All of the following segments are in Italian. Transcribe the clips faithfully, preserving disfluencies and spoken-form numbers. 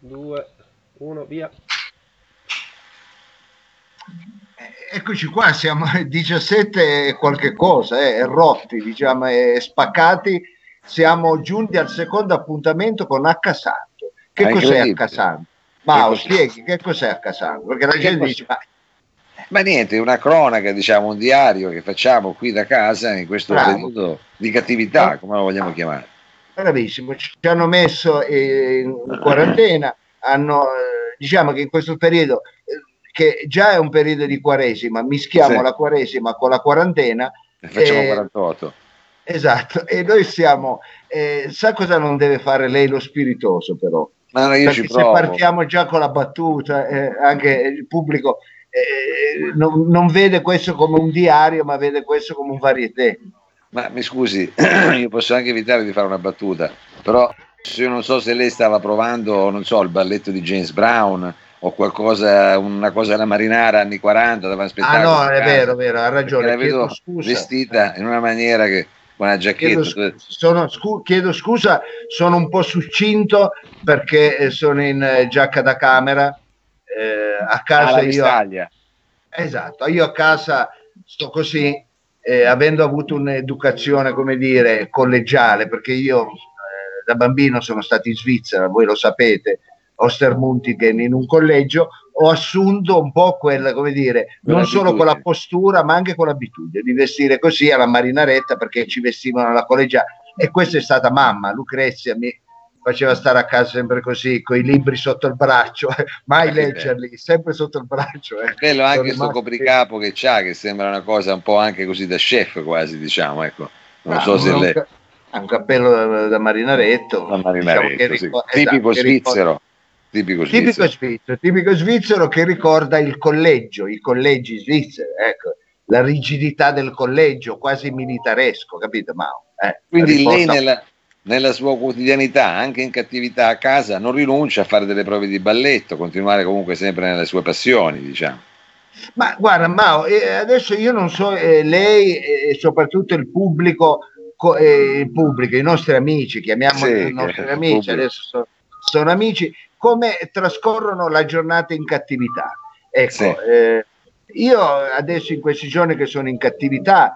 due, uno, via. Eccoci qua, siamo alle diciassette e qualche cosa, eh, rotti, diciamo, e spaccati. Siamo giunti al secondo appuntamento con Accasanto. Che Ah, cos'è incredibile. Accasanto? Che Mao, cos'è? spieghi che cos'è Accasanto? Perché la Che gente cos'è? dice, ma Ma niente, una cronaca, diciamo, un diario che facciamo qui da casa in questo bravo, periodo di eh, cattività, come lo vogliamo chiamare. bravissimo, ci hanno messo eh, in quarantena, hanno, eh, diciamo che in questo periodo, eh, che già è un periodo di quaresima, Sì, mischiamo la quaresima con la quarantena. ne facciamo eh, quarantotto. Esatto, e noi siamo, eh, sa cosa non deve fare lei lo spiritoso però? Ma no, io ci Perché se provo. partiamo già con la battuta, eh, anche il pubblico eh, non, non vede questo come un diario, ma vede questo come un varieté. Ma mi scusi, io posso anche evitare di fare una battuta, però io non so se lei stava provando, non so, il balletto di James Brown o qualcosa, una cosa alla marinara anni quaranta, dava Ah spettacolo no, a è vero, casa, è vero, ha perché ragione, la chiedo vedo scusa. vestita in una maniera che, con una Chiedo, giacchetta. scu- sono, scu- chiedo scusa, sono un po' succinto perché eh, sono in eh, giacca da camera, eh, a Ah, casa la io. vestaglia. Esatto, io a casa sto così, eh, avendo avuto un'educazione, come dire, collegiale, perché io eh, da bambino sono stato in Svizzera, voi lo sapete, Ostermundigen in un collegio, ho assunto un po' quella, come dire, non solo con la Quell'abitudine. postura, ma anche con l'abitudine di vestire così alla marinaretta perché ci vestivano alla collegiale. E questa è stata mamma, Lucrezia, mi faceva stare a casa sempre così, con i libri sotto il braccio, mai Ma che bello. leggerli, sempre sotto il braccio. Eh. È bello Sono anche sto rimasti copricapo che c'ha, che sembra una cosa un po' anche così da chef quasi, diciamo, ecco. Non so bravo, se è un, lei... ca- è un cappello da, da marinaretto, Da diciamo che, marinaretto, sì. ricor- esatto, Tipico che ricorda. svizzero. Tipico Tipico svizzero. svizzero, tipico svizzero che ricorda il collegio, i collegi svizzeri, ecco, la rigidità del collegio, quasi militaresco, capito Mao? Eh, Quindi lei riporta. nella, nella sua quotidianità, anche in cattività a casa, non rinuncia a fare delle prove di balletto, continuare comunque sempre nelle sue passioni, diciamo. Ma guarda, Mao, eh, adesso io non so, eh, lei e soprattutto il pubblico, co- eh, il pubblico, i nostri amici, chiamiamoli i Sì, che nostri il amici, pubblico. adesso so- sono amici, come trascorrono la giornata in cattività. Sì, Ecco, eh, io adesso in questi giorni che sono in cattività,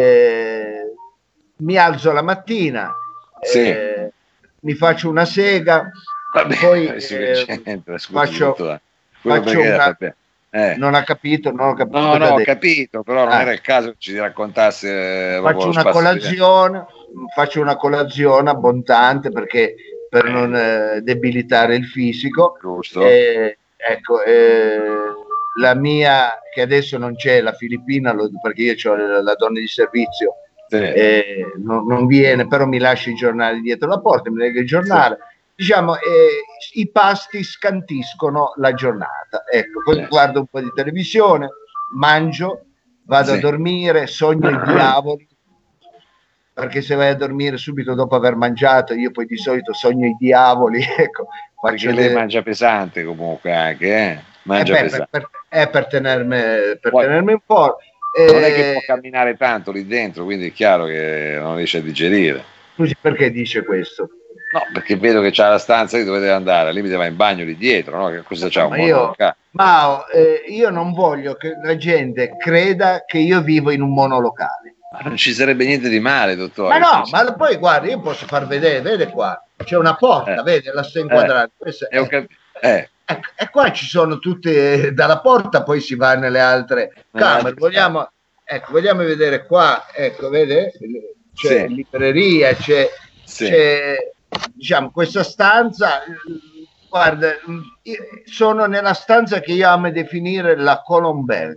eh, mi alzo la mattina, sì. eh, mi faccio una sega, Vabbè, poi adesso che eh, c'entra, scusi, faccio, dottore. Quello faccio perché una. vabbè. Eh. Non ha capito, non ho capito No, cosa no, ha ho detto. capito, però non Ah, era il caso che ci raccontasse eh, proprio faccio lo una spazio di... colazione, faccio una colazione abbondante perché per Eh, non eh, debilitare il fisico. giusto? Eh, ecco, eh, la mia, che adesso non c'è, la Filippina, lo- perché io ho la, la donna di servizio, Sì, eh, non, non viene, però mi lascia i giornali dietro la porta, mi legge il sì, giornale. Diciamo, eh, i pasti scantiscono la giornata. Ecco, poi sì, guardo un po' di televisione, mangio, vado a sì. dormire, sogno i diavoli, perché se vai a dormire subito dopo aver mangiato, io poi di solito sogno i diavoli, ecco, Perché faccio lei de- mangia pesante comunque anche, eh? eh Mangia beh, per, pesante. per, è per tenermi, per Poi tenermi in forma. non è che può Eh, camminare tanto lì dentro, quindi è chiaro che non riesce a digerire. scusi, perché dice questo? No, perché vedo che c'ha la stanza lì dove deve andare, lì mi deve in bagno lì dietro, no? Che cosa c'ha? No, Un ma io, monolocale? Mao, eh, io non voglio che la gente creda che io vivo in un monolocale. Ma non ci sarebbe niente di male, Ma dottore. no, Scusi. ma poi guarda, io posso far vedere, vede qua, c'è una Eh, porta, vede, la sto eh, inquadrando. Questa e ho è- cap- eh, e, e qua ci sono tutte, dalla porta poi si va nelle altre nelle camere. altre stanze. Vogliamo, ecco, vogliamo vedere qua, ecco, vede, c'è Sì, libreria, c'è, sì. c'è, diciamo, questa stanza, guarda, sono nella stanza che io amo definire la Colombelle.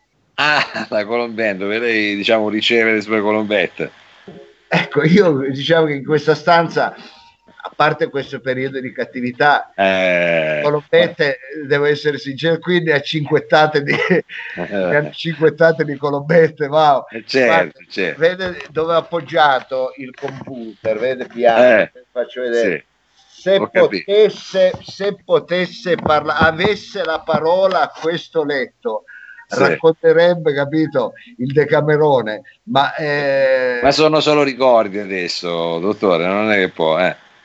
Ah, la Colombetta, dove lei, diciamo, riceve le sue colombette. Ecco, io diciamo che in questa stanza, a parte questo periodo di cattività, Eh, Colombette, devo essere sincero, qui ne ha cinquettate di, ne ha eh, cinquettate di Colombette, wow. Guarda, certo, certo. vede dove ho appoggiato il computer, vede piano, Eh, faccio vedere. sì, Se ho capito. potesse, se potesse parlare, avesse la parola a questo letto, Sì. racconterebbe, capito, il Decamerone, ma Ma eh, sono solo ricordi adesso, dottore, non è che può, eh.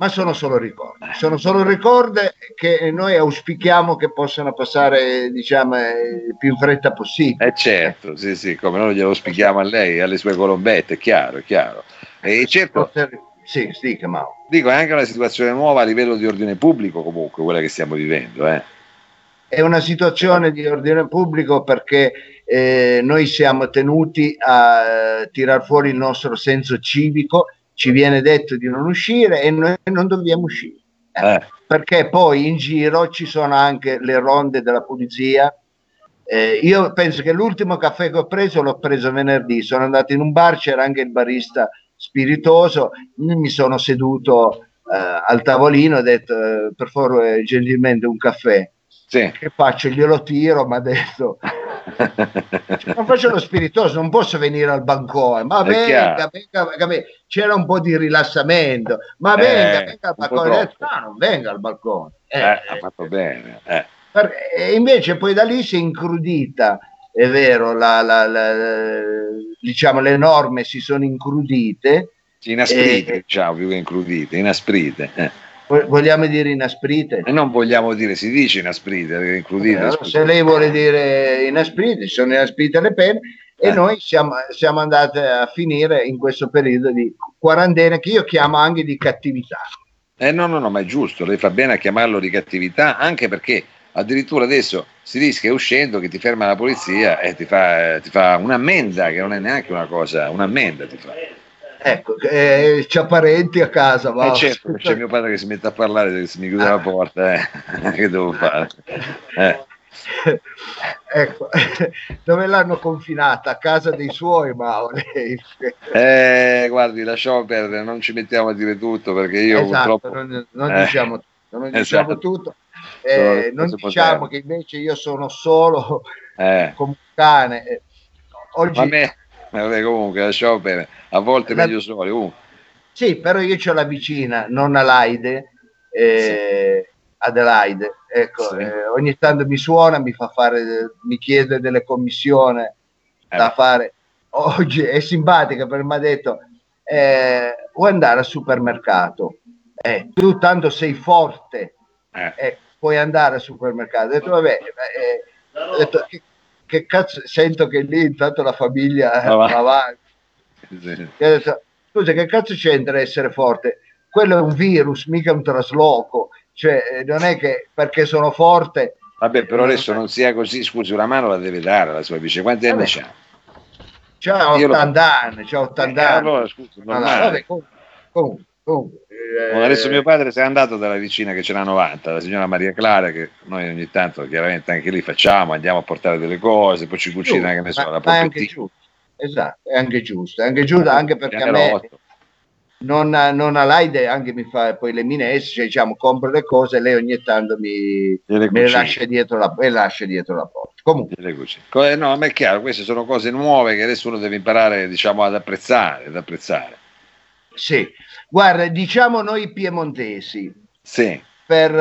ma sono solo ricordi, sono solo ricordi che noi auspichiamo che possano passare, diciamo, il più in fretta possibile. Eh certo, sì, sì, come noi glielo spieghiamo a lei, alle sue colombette, è chiaro, è chiaro. E certo, sì, sì, che Mao. Dico, è anche una situazione nuova a livello di ordine pubblico comunque, quella che stiamo vivendo. Eh. È una situazione di ordine pubblico perché eh, noi siamo tenuti a eh, tirar fuori il nostro senso civico, ci viene detto di non uscire e noi non dobbiamo uscire. Eh, eh. Perché poi in giro ci sono anche le ronde della polizia. Eh, io penso che l'ultimo caffè che ho preso l'ho preso venerdì, sono andato in un bar, c'era anche il barista spiritoso, mi sono seduto eh, al tavolino, ho detto eh, per favore eh, gentilmente un caffè. Sì. Che faccio? Glielo tiro, mi ha detto cioè, non faccio lo spiritoso, non posso venire al bancone, ma venga, venga, venga, c'era un po' di rilassamento, ma venga, eh, venga al balcone, detto, no, non venga al balcone. Eh, eh, ha fatto bene. Eh. E invece poi da lì si è incrudita, è vero, la, la, la, diciamo le norme si sono incrudite. Inasprite, e, diciamo, più che incrudite, inasprite. Eh. Vogliamo dire inasprite? E non vogliamo dire, si dice inasprite, perché includite. Eh, allora, se lei vuole dire inasprite, sono inasprite le pene e eh. noi siamo, siamo andati a finire in questo periodo di quarantena che io chiamo anche di cattività. Eh no, no, no, ma è giusto, lei fa bene a chiamarlo di cattività, anche perché addirittura adesso si rischia uscendo che ti ferma la polizia e ti fa, ti fa un'ammenda, che non è neanche una cosa, un'ammenda ti fa. Ecco, eh, c'ha parenti a casa, va. Eh certo, c'è mio padre che si mette a parlare, se mi chiude ah. la porta, eh. Che devo fare? Eh. Ecco, dove l'hanno confinata? A casa dei suoi, Mauro? Eh, guardi, lasciamo perdere, non ci mettiamo a dire tutto perché io esatto, purtroppo... non, non eh. diciamo tutto. Non diciamo esatto. tutto. Eh, non diciamo poterne. Che invece io sono solo eh. come un cane. Oggi... Vabbè. Vabbè, comunque lasciamo bene, a volte la... meglio soli. Uh. Sì, però io c'ho la vicina, nonna Laide, eh, sì. Adelaide, ecco, sì. eh, ogni tanto mi suona, mi fa fare, mi chiede delle commissioni eh da beh. fare. Oggi è simpatica perché mi ha detto eh, vuoi andare al supermercato? Eh, tu tanto sei forte, eh. Eh, puoi andare al supermercato. Ho detto vabbè, eh, ho detto, che, che cazzo, sento che lì intanto la famiglia oh, va avanti. Sì. Detto, scusa, che cazzo c'entra essere forte? Quello è un virus, mica un trasloco, cioè non è che perché sono forte. Vabbè, però adesso non sia così, scusi, una mano la deve dare alla sua vicina. Quanti anni c'ha? C'ha ottanta anni, c'ha ottanta eh, anni. Allora, scusi, normale. Vabbè, comunque, comunque, comunque, eh... Adesso mio padre se n'è andato dalla vicina che ce l'ha novanta, la signora Maria Clara, che noi ogni tanto chiaramente anche lì facciamo, andiamo a portare delle cose, poi ci cucina, che ne so, la polpettina. Esatto, è anche giusto, è anche giusto, anche perché a me non, non ha l'Aide, anche mi fa poi le minestre, cioè, diciamo, compro le cose e lei ogni tanto mi me le lascia dietro la, e lascia dietro la porta. Comunque. No, ma è chiaro, queste sono cose nuove che adesso uno deve imparare, diciamo, ad apprezzare, ad apprezzare. Sì, guarda, diciamo noi piemontesi. Sì. Per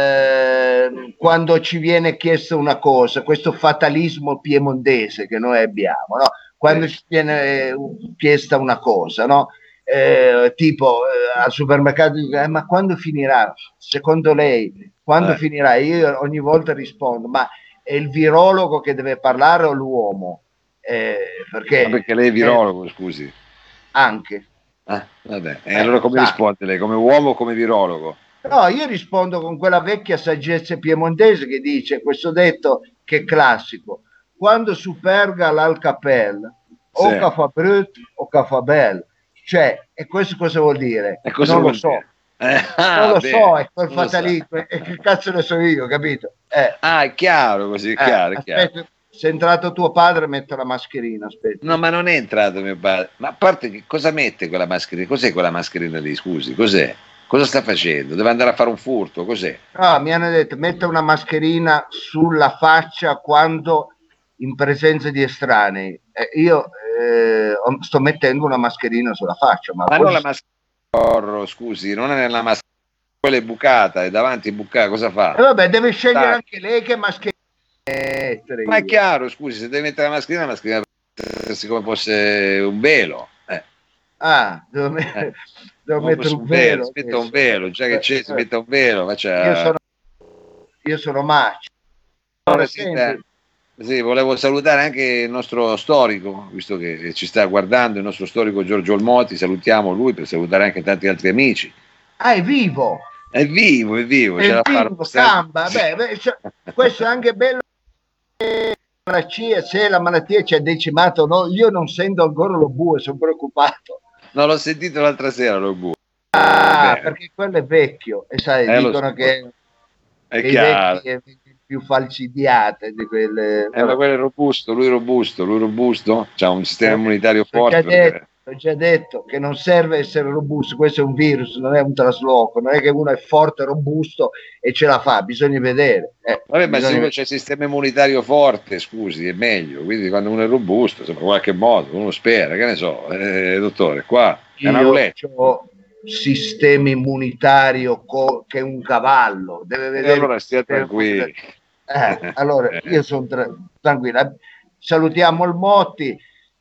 eh, quando ci viene chiesto una cosa, questo fatalismo piemontese che noi abbiamo, no? Quando ci viene eh, chiesta una cosa, no? Eh, tipo eh, al supermercato, eh, ma quando finirà? Secondo lei, quando eh. finirà? Io ogni volta rispondo, ma è il virologo che deve parlare o l'uomo? Eh, perché, ma perché lei è virologo, eh, scusi. Anche. Ah, vabbè. E allora come risponde lei? Come uomo o come virologo? No, io rispondo con quella vecchia saggezza piemontese che dice, questo detto che è classico, quando superga l'alcapel, o sì. Che fa brut o che fa bel, cioè, e questo cosa vuol dire? E cosa non vuol lo so, dire? Eh, ah, non lo beh, so, è quel fatalismo, so. E che cazzo ne so io, capito? Eh. Ah, è chiaro così, è chiaro, eh, è chiaro. Aspetta, se è entrato tuo padre metto la mascherina, aspetta. No, ma non è entrato mio padre, ma a parte che cosa mette quella mascherina? Cos'è quella mascherina lì, scusi, cos'è? Cosa sta facendo? Deve andare a fare un furto? Cos'è? No, mi hanno detto mette una mascherina sulla faccia quando in presenza di estranei. Eh, io eh, sto mettendo una mascherina sulla faccia. Ma, ma non la mascherina, scusi, non è nella mascherina, quella è bucata, è davanti bucata, cosa fa? E vabbè, deve scegliere Dai. Anche lei che mascherina mettere. Ma è chiaro, scusi, se deve mettere la mascherina, la mascherina come fosse un velo. Eh. Ah, devo, me- Eh, devo mettere un velo. si metta un velo, già che c'è, si metta un velo. Faccia... Io sono, io sono macio. Allora, Senta, senti, sì, volevo salutare anche il nostro storico, visto che ci sta guardando, il nostro storico Giorgio Olmoti, salutiamo lui per salutare anche tanti altri amici. ah, è vivo, È vivo, è vivo, è ce la fa vivo, camba. Beh, beh, cioè, questo è anche bello. La C I A, se la malattia ci ha decimato, no, io non sento ancora lo bue, sono preoccupato. No, l'ho sentito l'altra sera, lo bu. Ah, Bene. perché quello è vecchio, e sai, Eh, lo dicono so. che, È che i chiaro. vecchi è più falcidiate di quelle. Eh, ma quello è robusto, lui è robusto, lui è robusto, ha un sistema immunitario T'ho già forte. Perché... detto, t'ho già detto che non serve essere robusto, questo è un virus, non è un trasloco, non è che uno è forte, robusto e ce la fa, bisogna vedere. Eh, Vabbè, ma se bisogna... uno c'è il sistema immunitario forte, scusi, è meglio, quindi quando uno è robusto, insomma, in qualche modo, uno spera, che ne so, eh, dottore, qua è una Io roulette. ho sistema immunitario co- che è un cavallo, deve E vedere allora il stia sistema tranquilli. immunitario. Eh, allora io sono tra- tranquillo. Salutiamo il Motti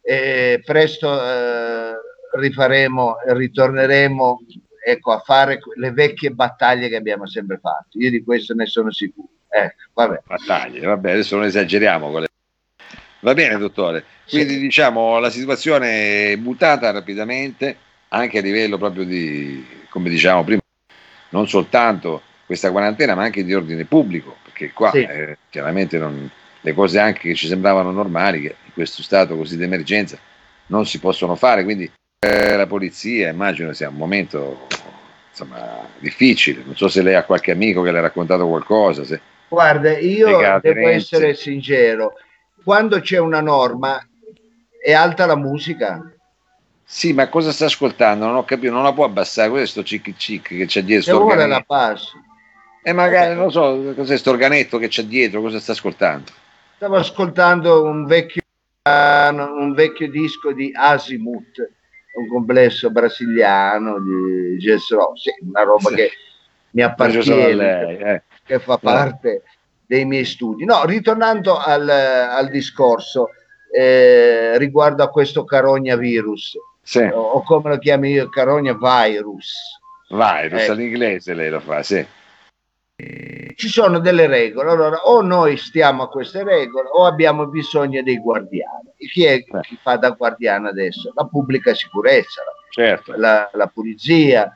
e presto eh, rifaremo, ritorneremo, ecco, a fare le vecchie battaglie che abbiamo sempre fatto. Io di questo ne sono sicuro. Ecco, vabbè. Battaglie, vabbè, adesso non esageriamo con le... Va bene, dottore. Quindi Sì. diciamo la situazione è mutata rapidamente, anche a livello proprio di, come diciamo prima, non soltanto questa quarantena, ma anche di ordine pubblico, perché qua Sì. eh, chiaramente non, le cose anche che ci sembravano normali, che in questo stato così di emergenza non si possono fare, quindi eh, la polizia immagino sia un momento insomma difficile. Non so se lei ha qualche amico che le ha raccontato qualcosa. Se... Guarda, io devo Terenzi. essere sincero, quando c'è una norma è alta la musica. Sì, ma cosa sta ascoltando? Non ho capito, non la può abbassare, questo cic cic che c'è dietro, Se sto vuole la organetto. passo. E magari, non lo so, cos'è sto organetto che c'è dietro, cosa sta ascoltando? Stavo ascoltando un vecchio, un vecchio disco di Azimuth, un complesso brasiliano di jazz rock, sì, una roba Sì. che mi Faccio solo a appartiene, lei, eh. che fa Eh. parte dei miei studi. No, ritornando al, al discorso eh, riguardo a questo carogna virus, Sì. o, o come lo chiamo io, carogna virus. Virus, Ecco. all'inglese lei lo fa, sì. Ci sono delle regole, allora o noi stiamo a queste regole o abbiamo bisogno dei guardiani. Chi è Beh. chi fa da guardiano adesso? La pubblica sicurezza, Certo. la, la polizia,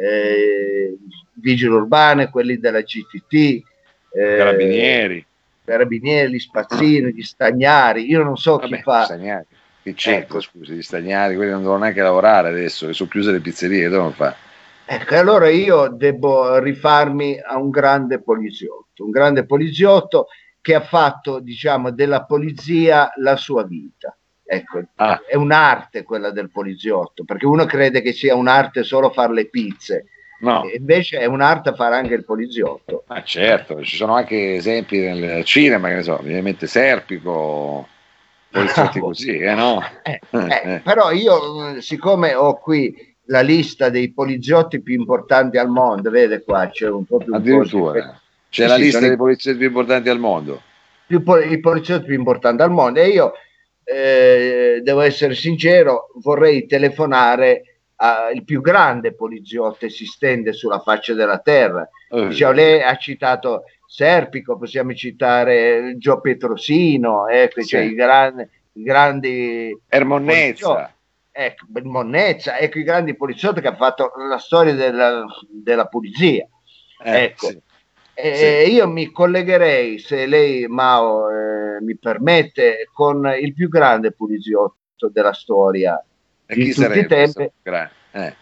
eh, vigili urbani, quelli della C T T, eh, Carabinieri. carabinieri, gli spazzini, gli stagnari. Io non so Vabbè, chi fa. Stagnari. Che c'entra, Ecco. scusi, gli stagnari, quelli non devono neanche lavorare adesso, che sono chiuse le pizzerie, che devono fare? Ecco, allora io devo rifarmi a un grande poliziotto, un grande poliziotto che ha fatto, diciamo, della polizia la sua vita. Ecco, Ah. è un'arte quella del poliziotto, perché uno crede che sia un'arte solo fare le pizze, No. e invece è un'arte fare anche il poliziotto. Ah, certo, ci sono anche esempi nel cinema, che ne so, ovviamente Serpico, poliziotti Bravo. così, eh no? Eh, eh, però io, siccome ho qui la lista dei poliziotti più importanti al mondo, vede qua, c'è un po' più Addirittura, c'è sì, la sì, lista sono dei i, poliziotti più importanti al mondo. più, i poliziotti più importanti al mondo, e io eh, devo essere sincero, vorrei telefonare al più grande poliziotto esistente sulla faccia della terra. Uh. Diciamo, lei ha citato Serpico, possiamo citare Gio Petrosino, ecco, Sì. cioè i grandi, i grandi Ermonnezza. Ecco, Monnezza, ecco i grandi poliziotti che hanno fatto la storia della, della pulizia. Eh, ecco, sì. e Sì. io mi collegherei, se lei, Mao, eh, mi permette, con il più grande poliziotto della storia E di chi tutti i tempi, eh.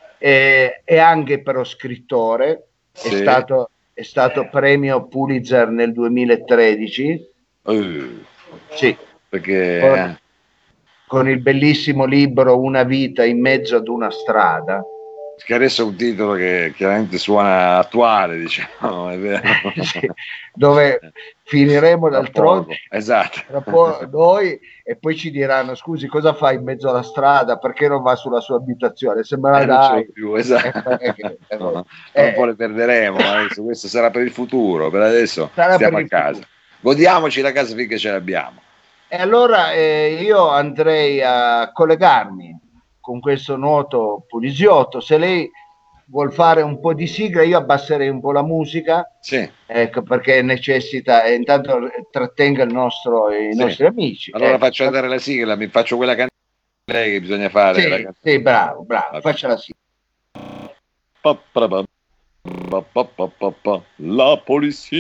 e, e anche però scrittore, Sì. è, stato, è stato premio Pulitzer nel duemilatredici. Uh. Sì. Perché... Con, con il bellissimo libro Una vita in mezzo ad una strada, che adesso è un titolo che chiaramente suona attuale, diciamo, è vero. sì, dove finiremo d'altronde, esatto, tra po' noi, e poi ci diranno: scusi, cosa fa in mezzo alla strada, perché non va sulla sua abitazione, se me la eh, non ce l'ho dai più, esatto. eh, eh, eh, No, eh, un po' le perderemo, adesso questo sarà per il futuro, per adesso sarà stiamo per a il casa, futuro. godiamoci la casa finché ce l'abbiamo. E allora eh, io andrei a collegarmi con questo noto poliziotto. Se lei vuol fare un po' di sigla, io abbasserei un po' la musica, sì. ecco, perché necessita, e intanto trattenga il nostro, i Sì. nostri amici. Allora ecco. faccio andare la sigla, mi faccio quella canzone che bisogna fare. Sì, La sì, bravo, bravo, faccia la sigla. La polizia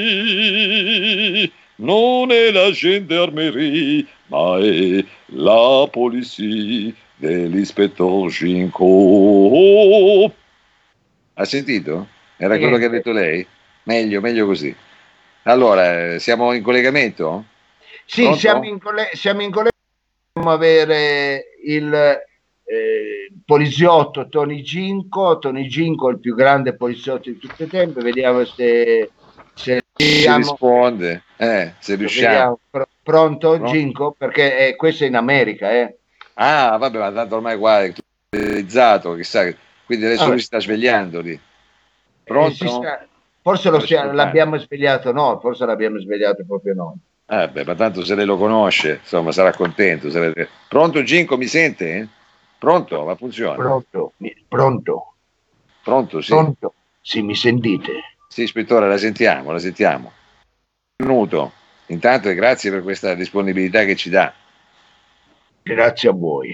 non è la gendarmerie, ma è la polizia dell'ispettor Ginko. Ha sentito? Era Sì, quello che ha detto lei? Meglio, meglio così. Allora, siamo in collegamento? sì, Pronto? siamo in, coll- siamo in collegamento. Dobbiamo avere il eh, poliziotto Tony Ginko. Tony Ginko è il più grande poliziotto di tutti i tempi. Vediamo se, se Ci riusciamo. risponde, eh, se riusciamo. Vediamo. Pr- pronto, Pronto? Ginko? Perché eh, questo è in America, eh. Ah, vabbè, ma tanto ormai qua è tutto realizzato, chissà, quindi adesso Vabbè. lui si sta svegliando lì. Eh, Pronto? si sta- Forse lo Sta stia- ascoltando. l'abbiamo svegliato noi, forse l'abbiamo svegliato proprio noi. Eh beh, ma tanto se lei lo conosce, insomma, sarà contento. Sarete... Pronto, Ginko, mi sente? Pronto? Ma funziona? Pronto? Mi- Pronto? Pronto, sì. Pronto? Sì, mi sentite? Sì, ispettore, la sentiamo, la sentiamo. Benvenuto. Intanto e grazie per questa disponibilità che ci dà. Grazie a voi.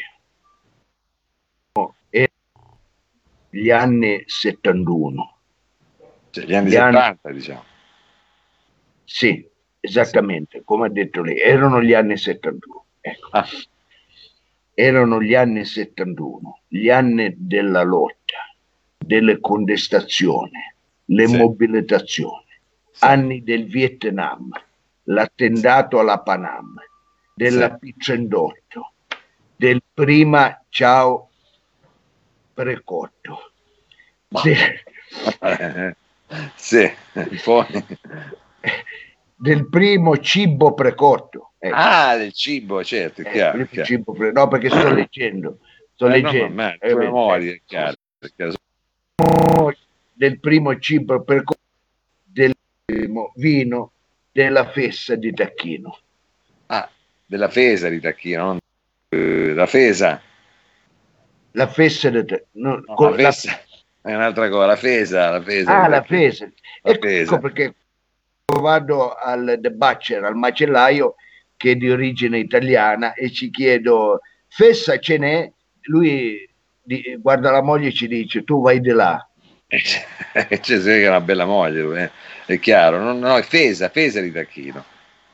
E gli anni settantuno. Cioè, gli anni Gli anni- settanta, diciamo. Sì, esattamente, come ha detto lei, erano gli anni settantuno. Ecco. Ah. Erano gli anni settantuno, gli anni della lotta, delle contestazioni, le Sì. mobilitazioni, Sì. anni del Vietnam, l'attentato alla Panama, della Sì. P trentotto, del prima ciao precotto. Sì. Eh, sì, poi... Del primo cibo precotto. Ecco. Ah, del cibo, certo, è Eh, chiaro. primo È chiaro. cibo pre- no, perché sto leggendo, sto Eh, no, leggendo. ma eh, tua vedi, memoria, eh. è chiaro. È chiaro. Del primo cibo precotto, del primo vino, della fessa di tacchino. Ah, della fesa di tacchino, non eh, la fesa. La fessa di tacchino. No, con la la- fessa è un'altra cosa, la fesa, la fesa Ah, di la tacchino. fesa. La Ecco fesa. perché vado al The Butcher, al macellaio, che è di origine italiana, e ci chiedo, fessa ce n'è? Lui di- guarda la moglie e ci dice, tu vai di là. C'è cioè, che è una bella moglie, eh. È chiaro. No, no, è fesa, fesa di tacchino.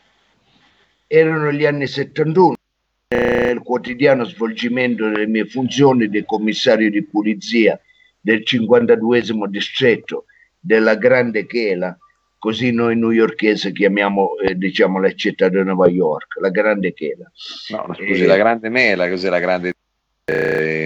Erano gli anni settantuno, nel quotidiano svolgimento delle mie funzioni di commissario di pulizia del cinquantaduesimo distretto della Grande Chela, così noi newyorkesi chiamiamo eh, diciamo la città di New York, la Grande Chela. No, scusi, Eh, la grande mela, cos'è la grande... eh,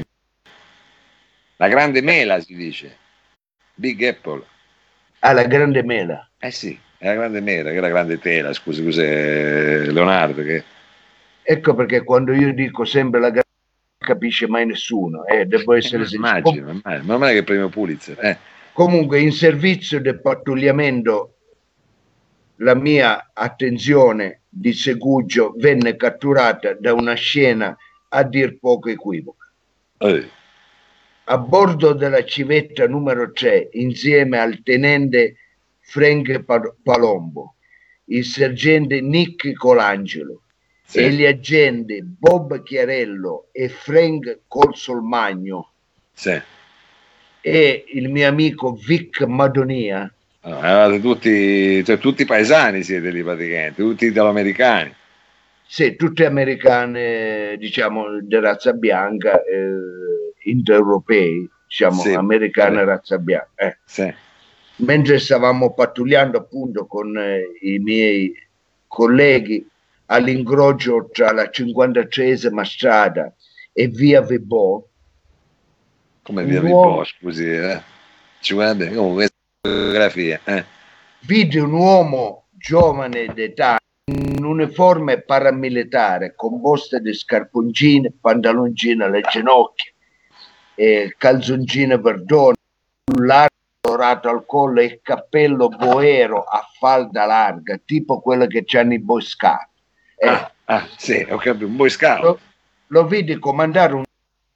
la grande mela si dice. Big Apple. Ah, la Grande Mela. Eh sì, è la grande mela, che è la grande tela, scusi, cos'è Leonardo? Che... Ecco perché quando io dico sempre la Grande Mela non capisce mai nessuno, eh, devo essere Eh, sincero. immagino, immagino, ma non è che il premio Pulitzer. Eh. Comunque in servizio del pattugliamento la mia attenzione di Segugio venne catturata da una scena a dir poco equivoca. Eh. A bordo della civetta numero tre, insieme al tenente Frank Palombo, il sergente Nick Colangelo, Sì. e gli agenti Bob Chiarello e Frank Colsolmagno, Sì. e il mio amico Vic Madonia. No, eravate tutti, cioè, tutti paesani siete lì praticamente, tutti italo-americani. Sì, tutte americane, diciamo, di razza bianca, eh, indoeuropei, diciamo, Sì, americane sì. razza bianca. Eh. Sì. Mentre stavamo pattugliando appunto con eh, i miei colleghi all'incrocio tra la cinquantatreesima strada e via Vibò, Come un via uomo- Vibo, scusi, eh. Ci guarda, comunque questa fotografia, eh. vide un uomo giovane d'età in uniforme paramilitare composta di scarponcini, pantaloncini alle ginocchia, e calzoncini verdone, un largo dorato al collo e cappello boero a falda larga, tipo quello che c'hanno i boy scout. Eh, Ah, ah, sì, ho capito, un boy scout. lo, lo vidi comandare un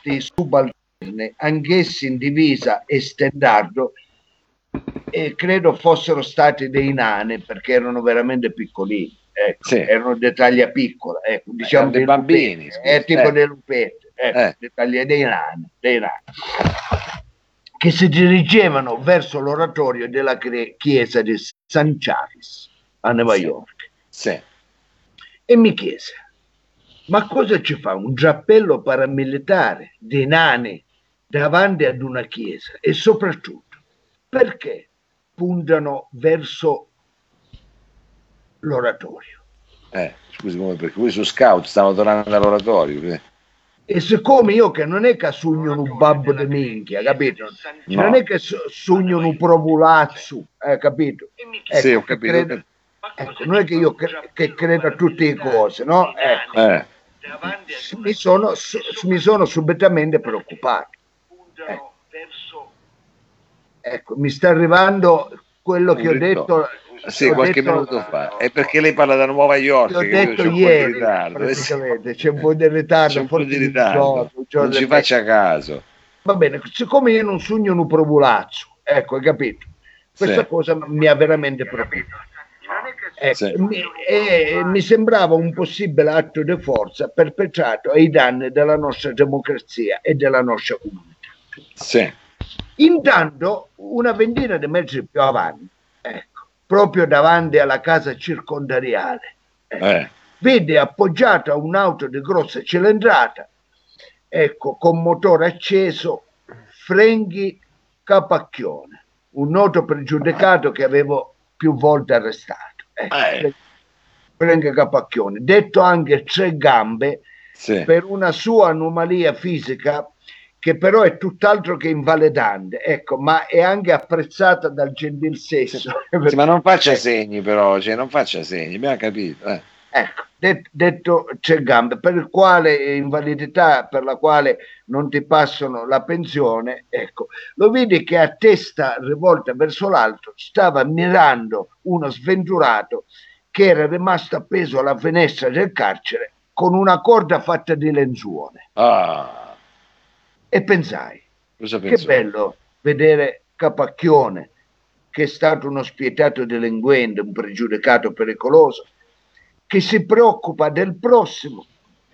subalterne, anch'essi in divisa e stendardo, e credo fossero stati dei nani perché erano veramente piccolini, ecco, Sì. erano di taglia piccola, ecco, diciamo Erano dei bambini, lupette, scusi. è tipo Eh. dei lupette, ecco, Eh. di taglia dei nani, dei nani, che si dirigevano verso l'oratorio della cre- chiesa di San Charles a New Sì. York. Sì. E mi chiese: ma cosa ci fa un drappello paramilitare dei nani davanti ad una chiesa? E soprattutto, perché puntano verso l'oratorio? Eh, scusi, come, perché quelli su scout stanno tornando dall'oratorio. eh. E siccome io che non è che sogno un babbo di minchia, capito? Cioè, No. non è che so- sogno un propulazzo, eh, capito? Ecco, Sì, ho che capito. credo- ecco, non è che io cre- che credo a tutte le cose, no? Ecco. Eh. Mi sono, su- mi sono subitamente preoccupato. Ecco. Ecco, mi sta arrivando quello che ho detto. Sì, ho qualche detto- minuto fa. È perché lei parla da Nuova York, Ti ho che detto c'è un ieri, po' di ritardo. Eh sì, praticamente, c'è un po' di ritardo, c'è un po' forse di un ritardo. giorno, un giorno Non ci e mezzo. faccia caso. Va bene, siccome io non sogno un propulazzo, ecco, hai capito? Questa Sì. cosa mi ha veramente preoccupato. Ecco, Sì. mi, e, mi sembrava un possibile atto di forza perpetrato ai danni della nostra democrazia e della nostra comunità. Sì. Intanto, una ventina di metri più avanti, ecco, proprio davanti alla casa circondariale, ecco, Eh. vede appoggiata un'auto di grossa cilindrata, ecco, con motore acceso, Franchi Capacchione, un noto pregiudicato che avevo più volte arrestato. Ecco, Eh. Franchi Capacchione, detto anche Tre Gambe, Sì. per una sua anomalia fisica che però è tutt'altro che invalidante, ecco, ma è anche apprezzata dal gentil sesso. Sì. Sì, ma non faccia segni però, cioè non faccia segni, abbiamo capito. Eh. Ecco, det- detto C'è Gambe, per il quale invalidità per la quale non ti passano la pensione, ecco, lo vedi che a testa rivolta verso l'alto stava mirando uno sventurato che era rimasto appeso alla finestra del carcere con una corda fatta di lenzuole. Ah, E pensai, cosa che pensò? bello vedere Capacchione, che è stato uno spietato delinquente, un pregiudicato pericoloso, che si preoccupa del prossimo,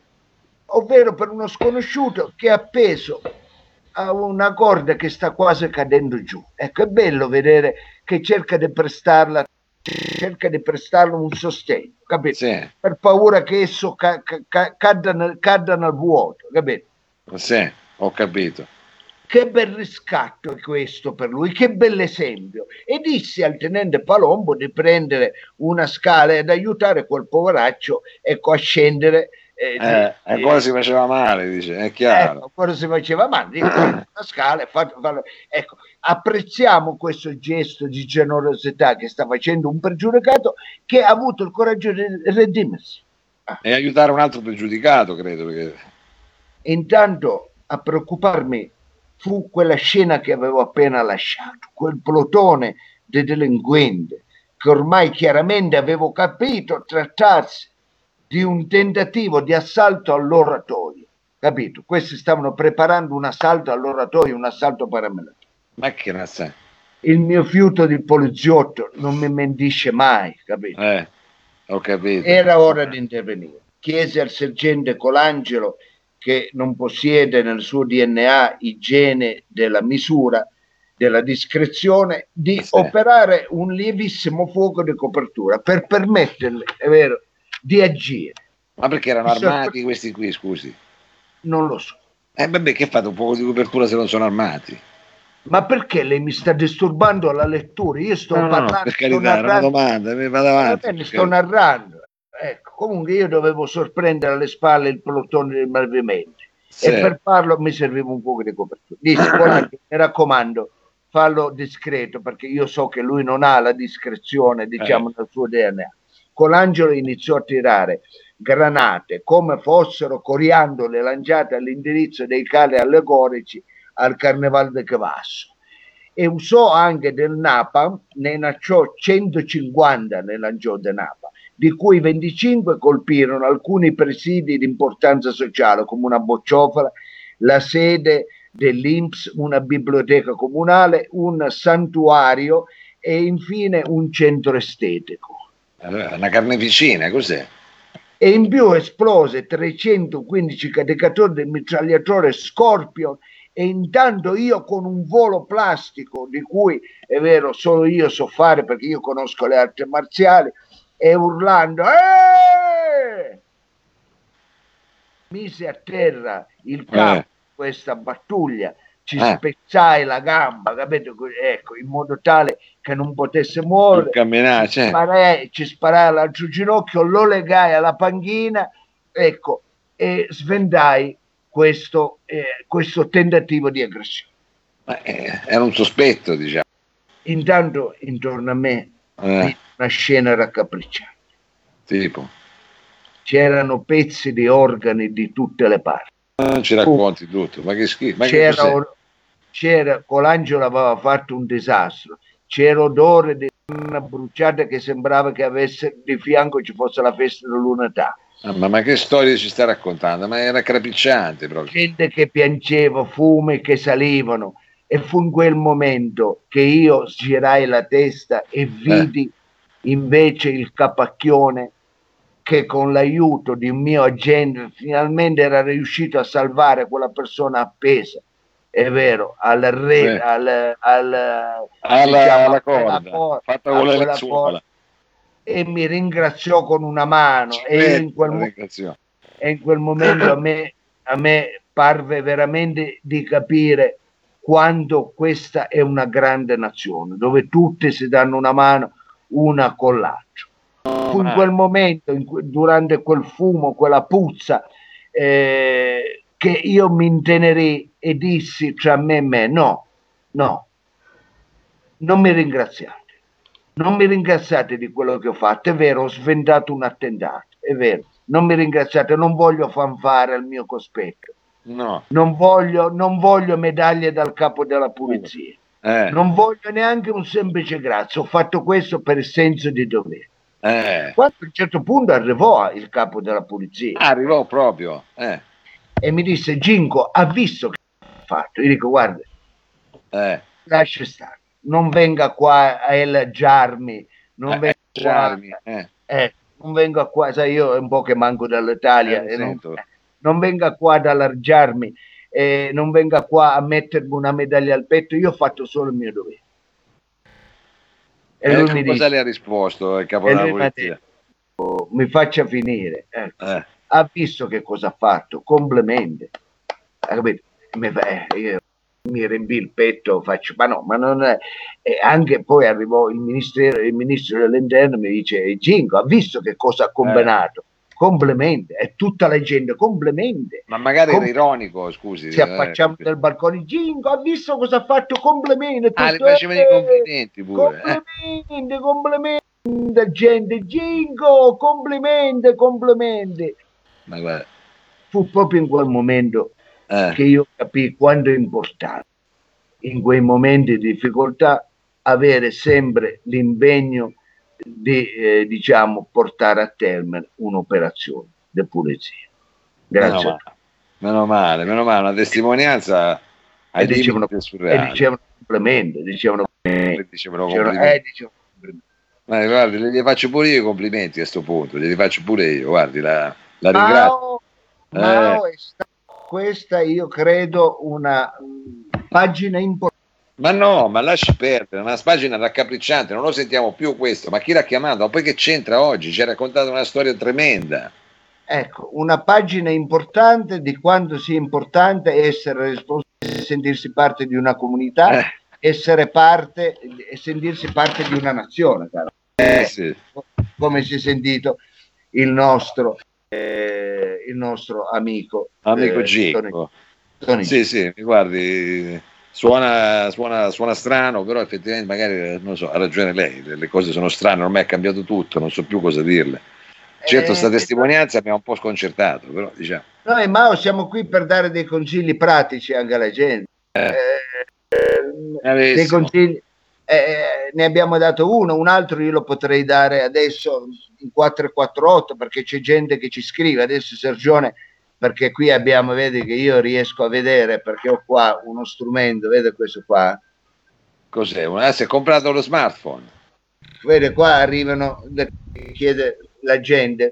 ovvero per uno sconosciuto che è appeso a una corda che sta quasi cadendo giù. Ecco, è bello vedere che cerca di prestarla, cerca di prestarle un sostegno, capito? Sì. Per paura che esso ca- ca- cadda, nel, cadda nel vuoto, capito? Sì, ho capito. Che bel riscatto è questo per lui, che bell'esempio. E dissi al tenente Palombo di prendere una scala ed aiutare quel poveraccio, ecco, a scendere. Eh, Eh, di, ancora si faceva male, dice, è chiaro. ecco, cosa si faceva male? Di prendere una scala e fa, fa, ecco, apprezziamo questo gesto di generosità che sta facendo un pregiudicato che ha avuto il coraggio di redimersi. Ah. E aiutare un altro pregiudicato, credo. Perché... Intanto a preoccuparmi fu quella scena che avevo appena lasciato, quel plotone di delinquenti che ormai chiaramente avevo capito trattarsi di un tentativo di assalto all'oratorio, capito? Questi stavano preparando un assalto all'oratorio, un assalto paramilitare. Ma che ne sa? Il mio fiuto di poliziotto non mi mentisce mai, capito? Eh, ho capito. Era ora di intervenire. Chiese al sergente Colangelo, che non possiede nel suo D N A i geni della misura, della discrezione, di Sì. operare un lievissimo fuoco di copertura per permetterle, è vero, di agire. Ma perché erano Mi sorpre- armati questi qui, scusi? Non lo so. Eh vabbè, che fate un po' di copertura se non sono armati? Ma perché lei mi sta disturbando la lettura? Io sto No, no, parlando, no, per sto carità, era una narrando. domanda, mi vado avanti. Va bene, per sto carità. narrando. Ecco, comunque io dovevo sorprendere alle spalle il pelotone dei malviventi. Sì. E per farlo mi serviva un po' di copertura. Disse, Colangelo, mi raccomando, fallo discreto, perché io so che lui non ha la discrezione, diciamo, Eh. nel suo D N A. Colangelo iniziò a tirare granate come fossero coriandole lanciate all'indirizzo dei cali allegorici al Carnevale de Cavasso, e usò anche del napalm, ne lanciò centocinquanta, ne lanciò del napalm, di cui venticinque colpirono alcuni presidi di importanza sociale come una bocciofera, la sede dell'I N P S, una biblioteca comunale, un santuario e infine un centro estetico. Allora, una carneficina, cos'è? E in più esplose trecentoquindici caricatori del mitragliatore Scorpion, e intanto io con un volo plastico, di cui è vero solo io so fare perché io conosco le arti marziali, e urlando "Eeeh!", mise a terra il capo Eh. di questa battuglia, ci Eh. spezzai la gamba, capito? Ecco, in modo tale che non potesse muovere, camminare, ci cioè. sparai, ci sparai all'altro ginocchio, lo legai alla panchina, ecco, e svendai questo, eh, questo tentativo di aggressione. Ma, eh, era un sospetto, diciamo. Intanto intorno a me Eh. vidi una scena raccapricciante. Tipo, C'erano pezzi di organi di tutte le parti. non ci racconti tutto, ma che schifo. Ma che C'era, cos'è? or- c'era Colangelo aveva fatto un disastro, c'era odore di una bruciata che sembrava che avesse di fianco ci fosse la festa dell'unità. Ah, ma, ma che storie ci sta raccontando? Ma era crapicciante proprio. Gente che piangeva, fumi che salivano, e fu in quel momento che io girai la testa e vidi invece il capacchione che con l'aiuto di un mio agente finalmente era riuscito a salvare quella persona appesa, è vero, al re, Eh. al, al, Alla, diciamo, alla a quella corda, cor- fatta a con la quella lenzuola. cor- e mi ringraziò con una mano, Ci e credo, in quel, la mo- ringraziamo. e in quel momento a me, a me parve veramente di capire quanto questa è una grande nazione, dove tutti si danno una mano una con l'altra. Fu in quel momento, in que- durante quel fumo, quella puzza, eh, che io mi intenerì e dissi tra me e me: no, no, non mi ringraziate. Non mi ringraziate di quello che ho fatto, è vero, ho sventato un attentato, è vero, non mi ringraziate, non voglio fanfare al mio cospetto, No. non voglio, non voglio medaglie dal capo della polizia, Eh. non voglio neanche un semplice grazie, ho fatto questo per il senso di dovere. Eh. Quando a un certo punto arrivò il capo della polizia, Ah, arrivò proprio. Eh. e mi disse: Ginko, ha visto che ho fatto? Io dico: guarda, Eh. lascia stare, non venga qua a elogiarmi, non Eh, venga qua, Charmi, eh. eh, non venga qua, sai, io è un po' che manco dall'Italia, Eh, e non, sento. non venga qua ad allargarmi, eh, non venga qua a mettermi una medaglia al petto, io ho fatto solo il mio dovere. E Eh, lui mi cosa disse, le ha risposto il capo e della lui mi ha polizia? detto: mi faccia finire, ecco. Eh. Ha visto che cosa ha fatto, complimenti. Ha capito? Mi, fa- eh, io mi riempì il petto, faccio, ma no, ma non è. E anche poi arrivò il, ministero, il ministro dell'interno, mi dice: Ginko, ha visto che cosa ha combinato? Complimenti, è tutta la gente, complimenti. Ma magari Com- era ironico, scusi. si affacciamo eh. dal balcone: Ginko, ha visto cosa ha fatto? Complimenti. Ah, le Tutto, facevano i eh, complimenti pure. Eh. complimenti, complimenti, gente, Ginko, complimenti, complimenti. Ma guarda. Fu proprio in quel momento Eh. che io capii quanto è importante, in quei momenti di difficoltà, avere sempre l'impegno di, eh, diciamo, portare a termine un'operazione di pulizia. Meno Grazie a male, tutti. meno male, meno male, una testimonianza E ai dicevano, limiti del e surreale. dicevano complimenti, dicevano, Le dicevano dicevano, complimenti. eh, dicevano complimenti. Ma guardi, le, le faccio pure io i complimenti a sto punto, glieli faccio pure io, guardi, la, la ringrazio. Mao, Mao Eh. è stata questa, io credo, una um, pagina importante. Ma no, ma lasci perdere, una pagina raccapricciante, non lo sentiamo più questo, ma chi l'ha chiamato? Ma poi che c'entra oggi? Ci ha raccontato una storia tremenda. Ecco, una pagina importante di quanto sia importante essere responsabili, sentirsi parte di una comunità, Eh. essere parte e sentirsi parte di una nazione, caro. Eh, sì. Come si è sentito il nostro, eh, il nostro amico, Amico eh, Ginko. Tony- Tony Sì, sì, guardi, suona, suona, suona strano, però effettivamente magari, non so, ha ragione lei, le, le cose sono strane, ormai è cambiato tutto, non so più cosa dirle. Certo, sta Eh, testimonianza mi ha un po' sconcertato, però diciamo. Noi, Mao, siamo qui per dare dei consigli pratici anche alla gente. Eh. Eh, dei consigli, eh, ne abbiamo dato uno, un altro io lo potrei dare adesso in quattro quattro otto, perché c'è gente che ci scrive. Adesso Sergione perché qui abbiamo, vedi che io riesco a vedere, perché ho qua uno strumento, vede questo qua. Cos'è? Ah, si è comprato lo smartphone. Vede qua arrivano, chiede la gente,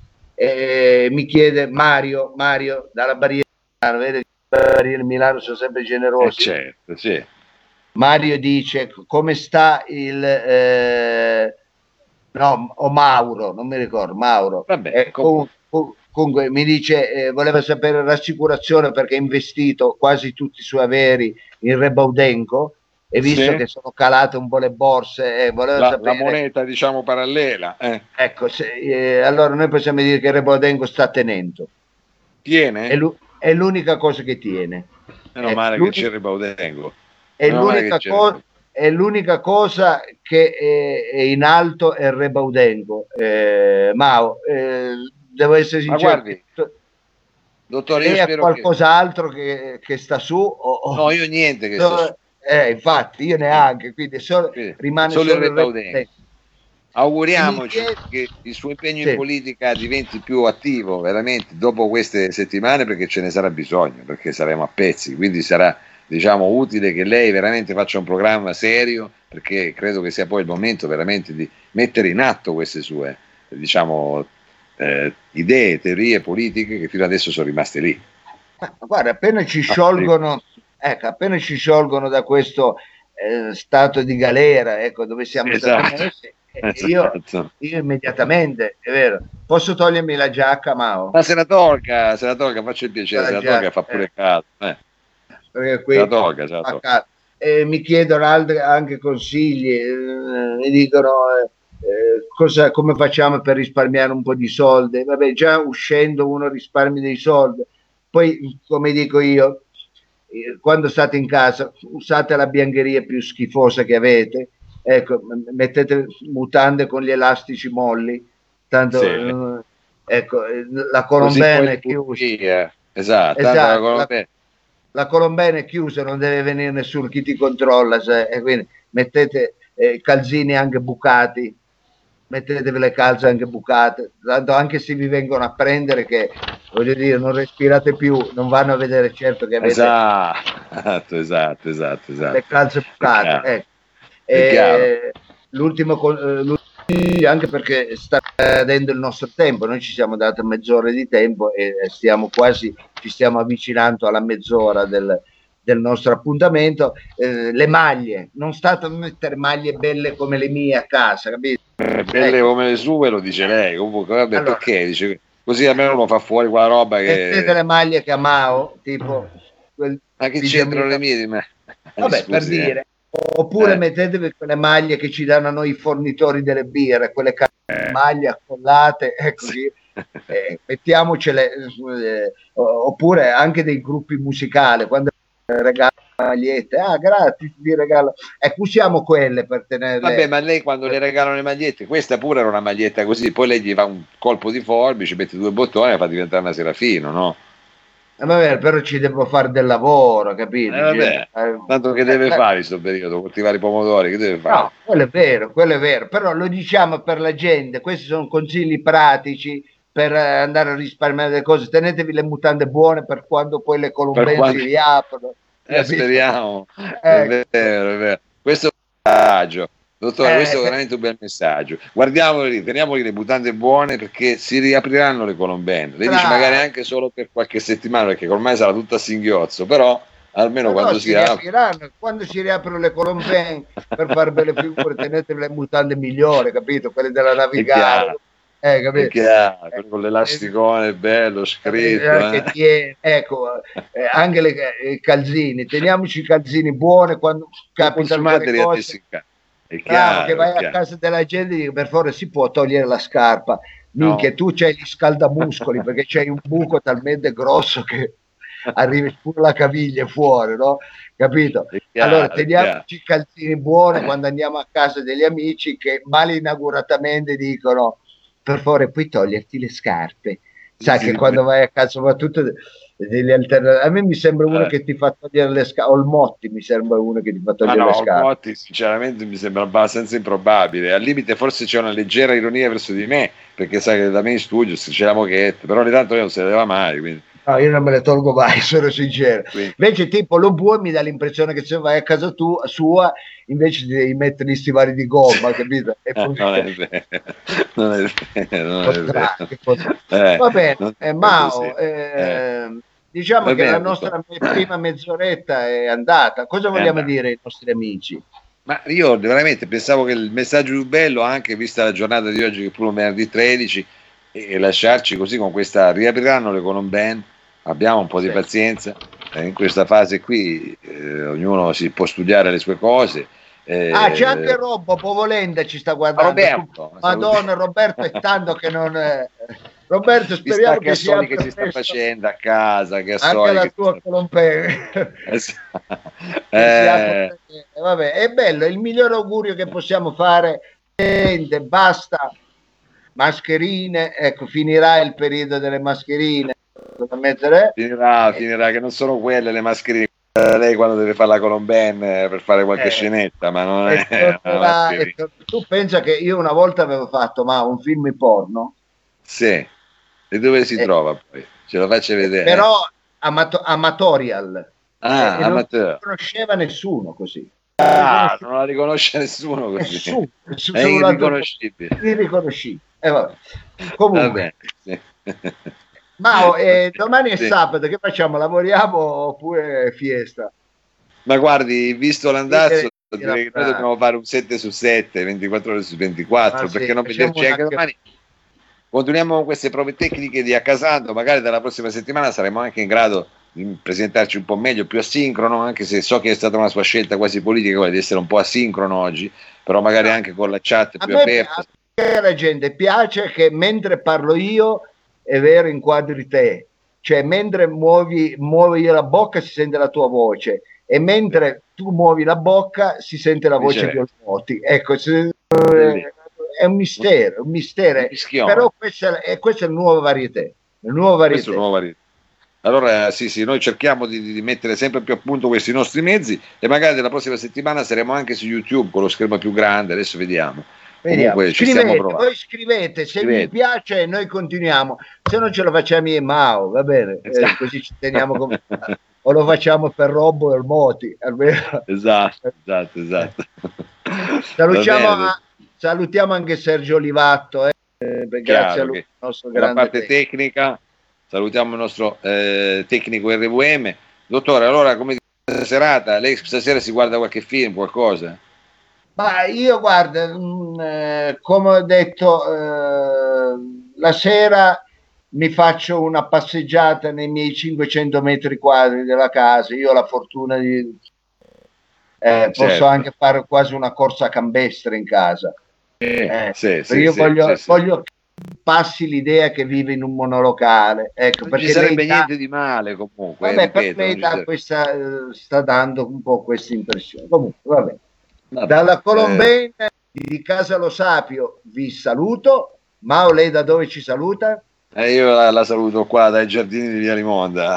eh, mi chiede Mario, Mario dalla Barriera Milano, vede che Milano sono sempre generosi. Eh certo, sì. Mario dice come sta il eh, no, o Mauro, non mi ricordo, Mauro. Vabbè, eh, com- comunque, comunque mi dice eh, voleva sapere l'assicurazione perché ha investito quasi tutti i suoi averi in Rebaudenco e visto sì. che sono calate un po' le borse, eh, voleva la, sapere, la moneta diciamo parallela. Eh. Ecco, se, eh, allora noi possiamo dire che Rebaudenco sta tenendo. Tiene? È, l'u- è l'unica cosa che tiene. Meno è male l'unica, che c'è il Rebaudenco. è, l'unica co- è l'unica cosa che è, è in alto è il Rebaudenco. Eh, Mao, eh, devo essere sincero. Ma guardi, dottore, lei io ha spero qualcos'altro che... Che, che sta su? O, o... No, io niente che so, sta su. Eh, infatti, io neanche, quindi solo, quindi, rimane solo, solo il il Rebaudenco. Rebaudenco. Auguriamoci chiede... che il suo impegno sì. in politica diventi più attivo veramente dopo queste settimane, perché ce ne sarà bisogno, perché saremo a pezzi, quindi sarà diciamo utile che lei veramente faccia un programma serio, perché credo che sia poi il momento veramente di mettere in atto queste sue diciamo eh, idee, teorie politiche che fino adesso sono rimaste lì. Ma guarda, appena ci sciolgono, ecco, appena ci sciolgono da questo eh, stato di galera, ecco, dove siamo esatto. stati messi, eh, io, io immediatamente, è vero, posso togliermi la giacca, Mao? Ma se la tolga, se la tolga, faccio il piacere, la se la giacca, tolga fa pure eh. caldo. Eh. Perché qui se la tolga, se la tolga. Eh, mi chiedono altri, anche consigli, eh, mi dicono eh, eh, cosa, come facciamo per risparmiare un po' di soldi. Vabbè, già uscendo uno risparmia dei soldi. Poi, come dico io, eh, quando state in casa, usate la biancheria più schifosa che avete. Ecco, mettete mutande con gli elastici molli, tanto sì. eh, ecco, la colombina è chiusa. Eh. Esatto, esatto la colombina. La colombina è chiusa, non deve venire nessuno, chi ti controlla, se, e quindi mettete eh, calzini anche bucati, mettetevi le calze anche bucate, tanto anche se vi vengono a prendere che, voglio dire, non respirate più, non vanno a vedere certo che avete esatto, esatto, esatto, esatto. le calze bucate. Ecco. E, l'ultimo, l'ultimo anche perché sta cadendo il nostro tempo, noi ci siamo dati mezz'ora di tempo e stiamo quasi, ci stiamo avvicinando alla mezz'ora del, del nostro appuntamento. Eh, le maglie, non state a mettere maglie belle come le mie a casa, capito? Eh, belle ecco. Come le sue, lo dice lei, comunque vabbè, allora, perché? Dice, così almeno uno fa fuori quella roba che... Mettete le maglie che amavo, tipo... Quel ma che c'entrano le mie di me? Vabbè, scusi, per dire... Eh. Oppure eh. mettetevi quelle maglie che ci danno a noi i fornitori delle birre, quelle eh. maglie accollate, ecco, sì. eh, mettiamocele, eh, oppure anche dei gruppi musicali, quando regalano magliette, ah gratis, vi regalo, ecco, usiamo quelle per tenerle. Vabbè, ma lei quando le regalano le magliette, questa pure era una maglietta così, poi lei gli fa un colpo di forbice, mette due bottoni e la fa diventare una Serafino, no? Eh, vabbè, però ci devo fare del lavoro, capito? Eh, vabbè, tanto che deve eh, fare in questo periodo? Coltivare i pomodori, che deve fare? No, quello è vero, quello è vero, però lo diciamo per la gente, questi sono consigli pratici per andare a risparmiare le cose, tenetevi le mutande buone per quando poi le colombine quando... si riaprono. Eh, speriamo, ecco. È vero, è vero. Questo è un messaggio. Dottore, eh, questo è veramente un bel messaggio. Guardiamoli, teniamoli le mutande buone perché si riapriranno le colombine. Lei dice magari anche solo per qualche settimana, perché ormai sarà tutta a singhiozzo, però almeno no, quando no, si, si apre... riapriranno. Quando si riaprono le colombine per fare belle figure, tenetevi le mutande migliori, capito? Quelle della Navigare. Eh, capito? È chiaro, eh, con l'elasticone eh, bello scritto. Eh, eh. Tiene, ecco, eh, anche le, i calzini, teniamoci i calzini buoni quando capitano delle cose. È chiaro, ah, che vai a casa della gente e dico per favore si può togliere la scarpa, minchia, no. Tu c'hai gli scaldamuscoli perché c'hai un buco talmente grosso che arrivi pure la caviglia fuori, no? Capito? Chiaro, allora teniamoci i calzini buoni quando andiamo a casa degli amici che malinauguratamente dicono per favore puoi toglierti le scarpe, sai sì, che sì, quando vai a casa soprattutto degli alternativi. A me mi sembra uno eh. che ti fa togliere le scarpe, o il Motti mi sembra uno che ti fa togliere ah, no, le scarpe. Il Motti sinceramente mi sembra abbastanza improbabile, al limite forse c'è una leggera ironia verso di me, perché sai che da me in studio c'è la moquette, però ogni tanto io non se ne leva mai, quindi No, io non me le tolgo mai, sono sincero. Quindi. Invece tipo lo bue mi dà l'impressione che se vai a casa tua, sua, invece devi mettere gli stivali di gomma, capito? E Eh, poi... non è vero, non è vero, non è vero. Eh, va bene, non eh, è così. Mao, Eh. eh, diciamo Va che la bene, nostra dottor. prima mezz'oretta è andata. Cosa È vogliamo andata. dire ai nostri amici? Ma io veramente pensavo che il messaggio più bello, anche vista la giornata di oggi, che è pure venerdì tredici, e lasciarci così con questa, riapriranno le Colombine, abbiamo un po' di Sì. pazienza, eh, in questa fase qui eh, ognuno si può studiare le sue cose. Eh, Ah, c'è anche Robbo Povolenda ci sta guardando. Roberto, Madonna, Roberto è tanto che non... È... Roberto, speriamo che sia che si sta presto facendo a casa, che anche la che tua sta... Colombine. eh, Vabbè, è bello, il miglior augurio che possiamo fare. Basta mascherine, ecco, finirà il periodo delle mascherine. Finirà, eh. finirà, che non sono quelle le mascherine. Eh, lei quando deve fare la Colombine per fare qualche eh, scenetta, ma non e è tornerà, e tor- tu pensa che io una volta avevo fatto ma un film porno. Sì, e dove si eh, trova poi? Ce lo faccia vedere. Però amato- amatorial. Ah, e, e non amateur. conosceva nessuno così. Ah, non la riconosce nessuno così. Nessuno, nessuno, È irriconoscibile. Irriconoscibile. Eh, vabbè. Comunque, sì. ma eh, domani è sì. sabato, che facciamo? Lavoriamo oppure fiesta? Ma guardi, visto l'andazzo, Sì, direi che noi dobbiamo fare un sette su sette, ventiquattro ore su ventiquattro, ah, perché sì, non vederci anche domani. Continuiamo con queste prove tecniche di accasando, magari dalla prossima settimana saremo anche in grado di presentarci un po' meglio, più asincrono, anche se so che è stata una sua scelta quasi politica quella di essere un po' asincrono oggi, però magari anche con la chat a più me, aperta. A la gente piace che mentre parlo io è vero inquadri te, cioè mentre muovi, muovi io la bocca si sente la tua voce e mentre tu muovi la bocca si sente la voce di Olmotti. Ecco, se, è un mistero, un mistero, però questa è, questa è la nuova varietà. La nuova varietà. Nuova varietà. Allora sì, sì, noi cerchiamo di, di mettere sempre più a punto questi nostri mezzi e magari la prossima settimana saremo anche su YouTube con lo schermo più grande, adesso vediamo. Vediamo. Comunque, scrivete, voi scrivete, se scrivete. Vi piace noi continuiamo, se non ce lo facciamo io e Mao, va bene, esatto. eh, così ci teniamo come... o lo facciamo per Robbo e Moti. Esatto, esatto, esatto. Salutiamo, a, salutiamo anche Sergio Olivatto, eh, grazie a lui, il nostro grande la parte tecnico. tecnica, salutiamo il nostro eh, tecnico R V M. Dottore, allora come serata, lei stasera si guarda qualche film, qualcosa? Ma io guarda, mh, eh, come ho detto, eh, la sera mi faccio una passeggiata nei miei cinquecento metri quadri della casa. Io ho la fortuna di eh, posso certo. anche fare quasi una corsa campestre in casa. Eh, sì, sì, io sì, voglio, sì, voglio che passi l'idea che vive in un monolocale. Ecco, non perché ci sarebbe dà, niente di male comunque. Vabbè, ripeto, per lei dà questa, sta dando un po' questa impressione. Comunque, vabbè. Vabbè, Dalla Colombina eh. di Casa Lo Sapio vi saluto. Mao, lei da dove ci saluta? Eh, io la, la saluto qua dai giardini di Via Limonda.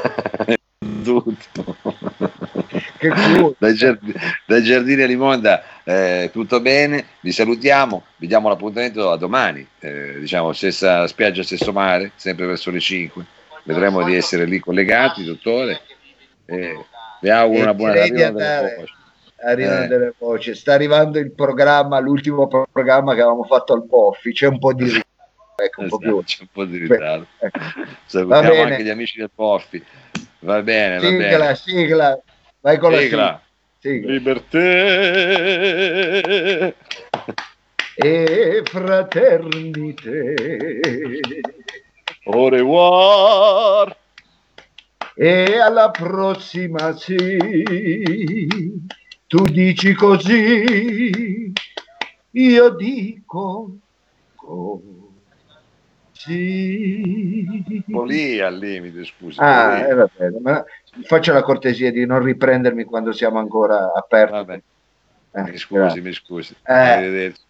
Tutto. Che cool. dai, giardini, dai giardini a Limonda eh, tutto bene, vi salutiamo, vi diamo l'appuntamento a domani, eh, diciamo stessa spiaggia, stesso mare, sempre verso le cinque. Vedremo di essere lì collegati, dottore. Eh, vi auguro e una buona serata. Arrivano eh. delle voci, sta arrivando il programma, l'ultimo programma che avevamo fatto al Poffi, c'è un po' di ritardo, ecco, un esatto, po' più. c'è un po' di ritardo. Eh. Salutiamo anche gli amici del Poffi. Va bene, sigla, va bene. Sigla, vai con sigla. la sigla. Libertà e fraternità. Au revoir. E alla prossima, sì, tu dici così, io dico così. Un po' lì al limite, scusa. Ah, eh, va bene, ma faccio la cortesia di non riprendermi quando siamo ancora aperti. Vabbè. Eh, mi scusi, grazie. mi scusi. Eh. Arrivederci.